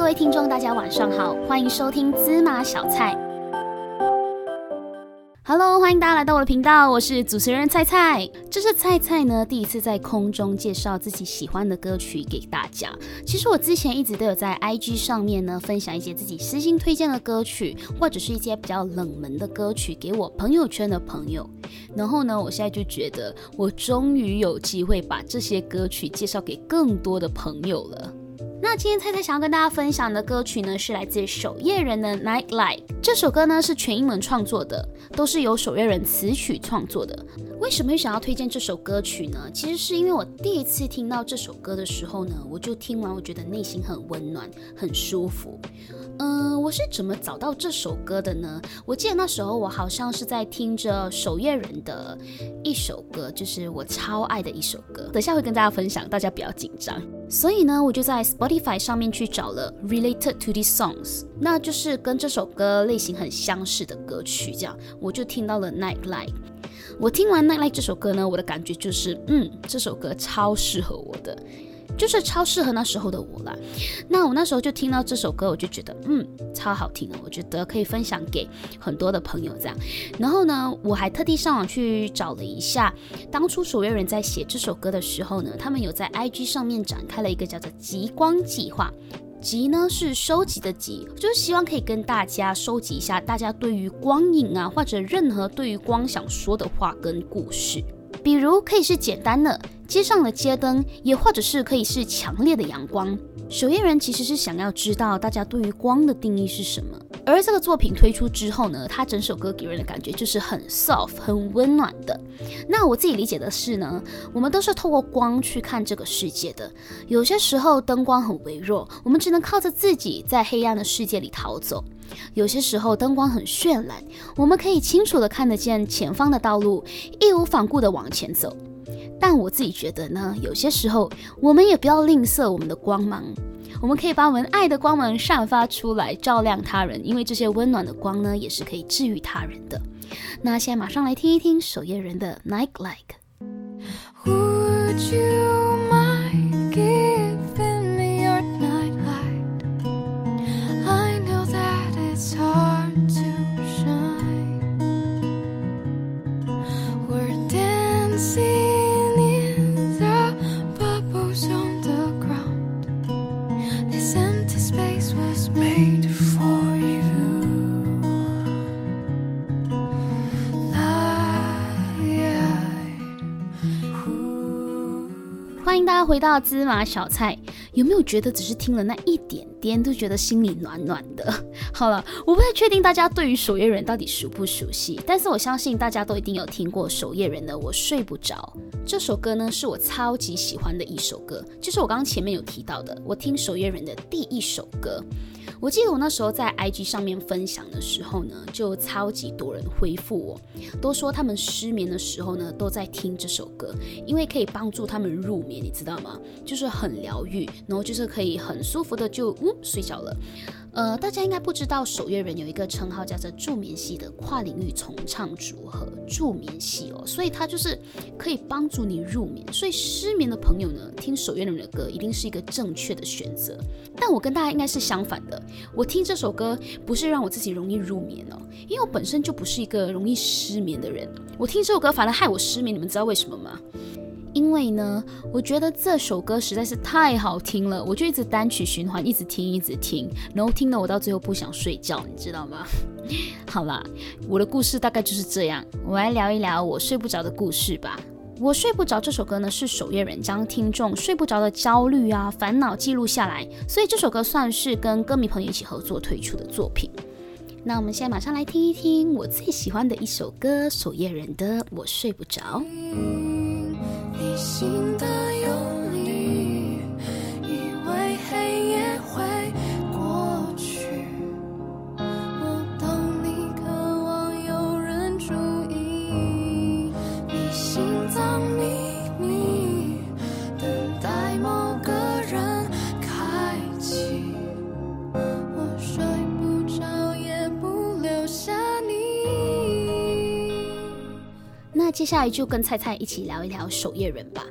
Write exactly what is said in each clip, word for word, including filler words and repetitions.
位听众大家晚上好，欢迎收听芝麻小菜。Hello， 欢迎大家来到我的频道，我是主持人菜菜。这是菜菜呢第一次在空中介绍自己喜欢的歌曲给大家。其实我之前一直都有在 I G 上面呢分享一些自己私心推荐的歌曲，或者是一些比较冷门的歌曲给我朋友圈的朋友。然后呢，我现在就觉得我终于有机会把这些歌曲介绍给更多的朋友了。那今天菜菜想要跟大家分享的歌曲呢，是来自守夜人的 Nightlight。 这首歌呢是全英文创作的，都是由守夜人词曲创作的。为什么会想要推荐这首歌曲呢？其实是因为我第一次听到这首歌的时候呢，我就听完我觉得内心很温暖很舒服。嗯、呃，我是怎么找到这首歌的呢？我记得那时候我好像是在听着守夜人的一首歌，就是我超爱的一首歌，等一下会跟大家分享，大家不要紧张。所以呢，我就在 Spotify 上面去找了 Related to these songs， 那就是跟这首歌类型很相似的歌曲，这样我就听到了 Nightlight。我听完 Nightlight 这首歌呢，我的感觉就是，嗯，这首歌超适合我的，就是超适合那时候的我啦。那我那时候就听到这首歌，我就觉得，嗯，超好听的，我觉得可以分享给很多的朋友这样。然后呢，我还特地上网去找了一下，当初守夜人在写这首歌的时候呢，他们有在 I G 上面展开了一个叫做极光计划。集呢是收集的集，就是希望可以跟大家收集一下大家对于光影啊，或者任何对于光想说的话跟故事。比如可以是简单的街上的街灯，也或者是可以是强烈的阳光。守夜人其实是想要知道大家对于光的定义是什么。而这个作品推出之后呢，它整首歌给人的感觉就是很 soft 很温暖的。那我自己理解的是呢，我们都是透过光去看这个世界的，有些时候灯光很微弱，我们只能靠着自己在黑暗的世界里逃走。有些时候灯光很绚烂，我们可以清楚地看得见前方的道路，义无反顾地往前走。但我自己觉得呢，有些时候我们也不要吝啬我们的光芒，我们可以把我们爱的光芒散发出来，照亮他人，因为这些温暖的光呢，也是可以治愈他人的。那现在马上来听一听守夜人的 Nightlight。 Would you mind giving me your nightlight? I know that it's hard to shine. We're dancing made for you. 欢迎大家回到芝麻小菜。有没有觉得只是听了那一点点都觉得心里暖暖的？好了，我不太确定大家对于守夜人到底熟不熟悉，但是我相信大家都一定有听过守夜人的我睡不着。这首歌呢是我超级喜欢的一首歌，就是我刚刚前面有提到的我听守夜人的第一首歌。我记得我那时候在 I G 上面分享的时候呢，就超级多人回复我，都说他们失眠的时候呢都在听这首歌，因为可以帮助他们入眠，你知道吗？就是很疗愈，然后就是可以很舒服的就嗯睡着了。呃，大家应该不知道守夜人有一个称号叫做助眠系的跨领域重唱组合助眠系哦，所以它就是可以帮助你入眠。所以失眠的朋友呢，听守夜人的歌一定是一个正确的选择。但我跟大家应该是相反的，我听这首歌不是让我自己容易入眠哦，因为我本身就不是一个容易失眠的人。我听这首歌反而害我失眠，你们知道为什么吗？因为呢，我觉得这首歌实在是太好听了，我就一直单曲循环，一直听一直听，然后听了我到最后不想睡觉，你知道吗？好啦，我的故事大概就是这样，我来聊一聊我睡不着的故事吧。我睡不着这首歌呢，是守夜人将听众睡不着的焦虑啊、烦恼记录下来，所以这首歌算是跟歌迷朋友一起合作推出的作品。那我们现在马上来听一听我最喜欢的一首歌，守夜人的《我睡不着》。 你心的用力，以为黑夜会过去。我懂你渴望有人注意，你心脏秘密，等待某个人开启。我睡不着，也不留下你。 那接下来就跟菜菜一起聊一聊守夜人吧。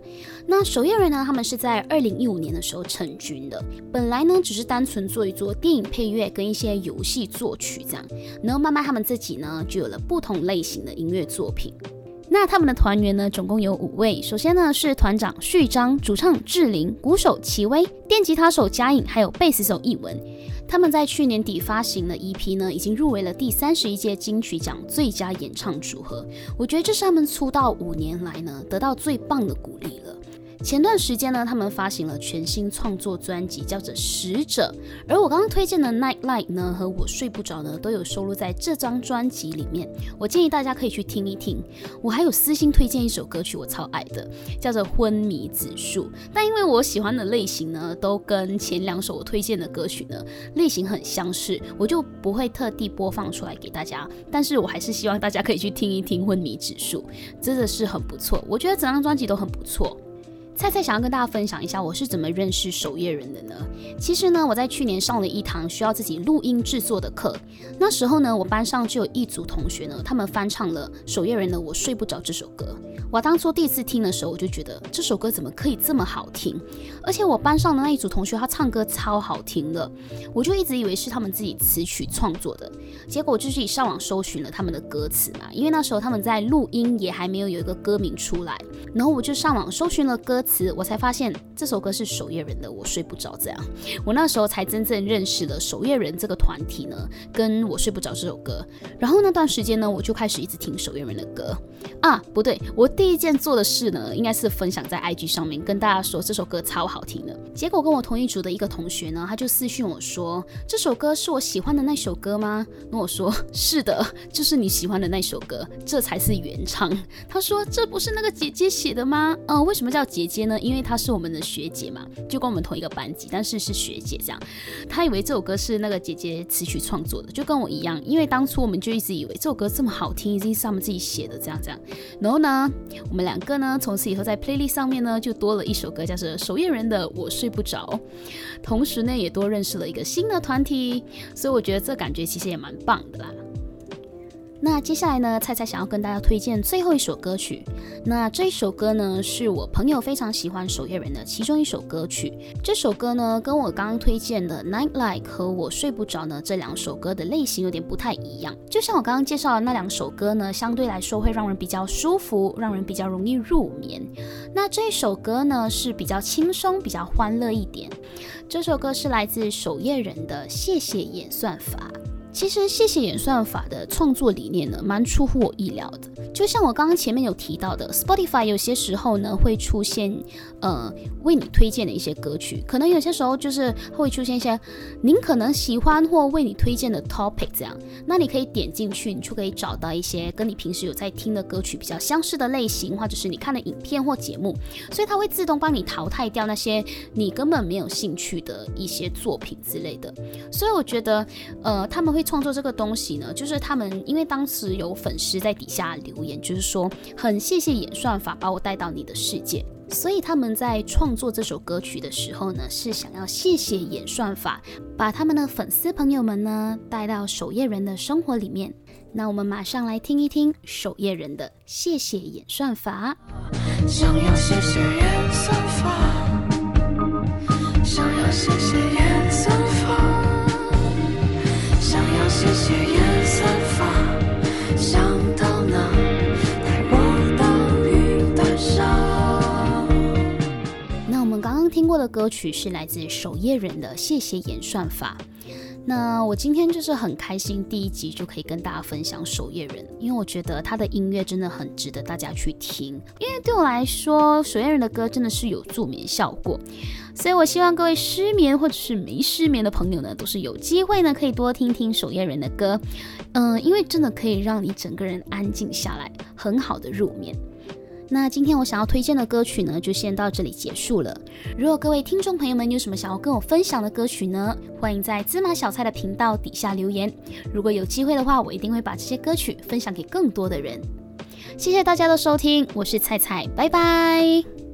那守夜人呢，他们是在二零一五年的时候成军的，本来呢只是单纯做一做电影配乐跟一些游戏作曲这样，然后慢慢他们自己呢就有了不同类型的音乐作品。那他们的团员呢，总共有五位。首先呢是团长序章，主唱志玲，鼓手齐威，电吉他手嘉颖，还有贝斯手艺文。他们在去年底发行的 E P 呢，已经入围了第三十一届金曲奖最佳演唱组合。我觉得这是他们出道五年来呢得到最棒的鼓励了。前段时间呢，他们发行了全新创作专辑，叫做《使者》，而我刚刚推荐的《Nightlight》呢和《我睡不着》呢，都有收录在这张专辑里面。我建议大家可以去听一听。我还有私心推荐一首歌曲，我超爱的，叫做《昏迷指数》。但因为我喜欢的类型呢，都跟前两首我推荐的歌曲呢类型很相似，我就不会特地播放出来给大家。但是我还是希望大家可以去听一听《昏迷指数》，真的是很不错。我觉得整张专辑都很不错。菜菜想要跟大家分享一下我是怎么认识守夜人的呢？其实呢，我在去年上了一堂需要自己录音制作的课。那时候呢，我班上就有一组同学呢，他们翻唱了守夜人的《我睡不着》这首歌。我当初第一次听的时候，我就觉得这首歌怎么可以这么好听？而且我班上的那一组同学他唱歌超好听的，我就一直以为是他们自己词曲创作的。结果就是以上网搜寻了他们的歌词嘛，因为那时候他们在录音也还没有有一个歌名出来，然后我就上网搜寻了歌词，我才发现这首歌是守夜人的《我睡不着》。这样，我那时候才真正认识了守夜人这个团体呢，跟我睡不着这首歌。然后那段时间呢，我就开始一直听守夜人的歌啊，不对，我第一件做的事呢，应该是分享在 I G 上面，跟大家说这首歌超好听的。结果跟我同一组的一个同学呢，他就私讯我说，这首歌是我喜欢的那首歌吗？跟我说是的，就是你喜欢的那首歌，这才是原唱。他说这不是那个姐姐写的吗？呃，为什么叫姐姐呢？因为她是我们的学姐嘛，就跟我们同一个班级，但是是学姐这样。他以为这首歌是那个姐姐词曲创作的，就跟我一样，因为当初我们就一直以为这首歌这么好听，一定是他们自己写的这样这样。然后呢，我们两个呢，从此以后在 playlist 上面呢，就多了一首歌，叫做守夜人的《我睡不着》。同时呢，也多认识了一个新的团体，所以我觉得这感觉其实也蛮棒的啦。那接下来呢，菜菜想要跟大家推荐最后一首歌曲。那这一首歌呢，是我朋友非常喜欢守夜人的其中一首歌曲。这首歌呢，跟我刚刚推荐的 Nightlight 和我睡不着呢，这两首歌的类型有点不太一样。就像我刚刚介绍的那两首歌呢，相对来说会让人比较舒服，让人比较容易入眠。那这一首歌呢，是比较轻松，比较欢乐一点。这首歌是来自守夜人的《谢谢演算法》。其实谢谢演算法的创作理念呢，蛮出乎我意料的。就像我刚刚前面有提到的 Spotify 有些时候呢会出现呃为你推荐的一些歌曲，可能有些时候就是会出现一些您可能喜欢或为你推荐的 topic 这样，那你可以点进去，你就可以找到一些跟你平时有在听的歌曲比较相似的类型，或者是你看的影片或节目，所以它会自动帮你淘汰掉那些你根本没有兴趣的一些作品之类的。所以我觉得呃他们会创作这个东西呢，就是他们因为当时有粉丝在底下留言，就是说很谢谢演算法把我带到你的世界，所以他们在创作这首歌曲的时候呢，是想要谢谢演算法把他们的粉丝朋友们呢带到守夜人的生活里面。那我们马上来听一听守夜人的谢谢演算法。 想要谢谢演算法，想要谢谢演算法，想要谢谢演算法，想到哪带我到云端上。 那我们刚刚听过的歌曲是来自守夜人的谢谢演算法。那我今天就是很开心，第一集就可以跟大家分享守夜人，因为我觉得他的音乐真的很值得大家去听，因为对我来说守夜人的歌真的是有助眠效果，所以我希望各位失眠或者是没失眠的朋友呢，都是有机会呢可以多听听守夜人的歌，嗯、呃，因为真的可以让你整个人安静下来，很好的入眠。那今天我想要推荐的歌曲呢，就先到这里结束了。如果各位听众朋友们有什么想要跟我分享的歌曲呢，欢迎在芝麻小菜的频道底下留言。如果有机会的话，我一定会把这些歌曲分享给更多的人。谢谢大家的收听，我是菜菜，拜拜。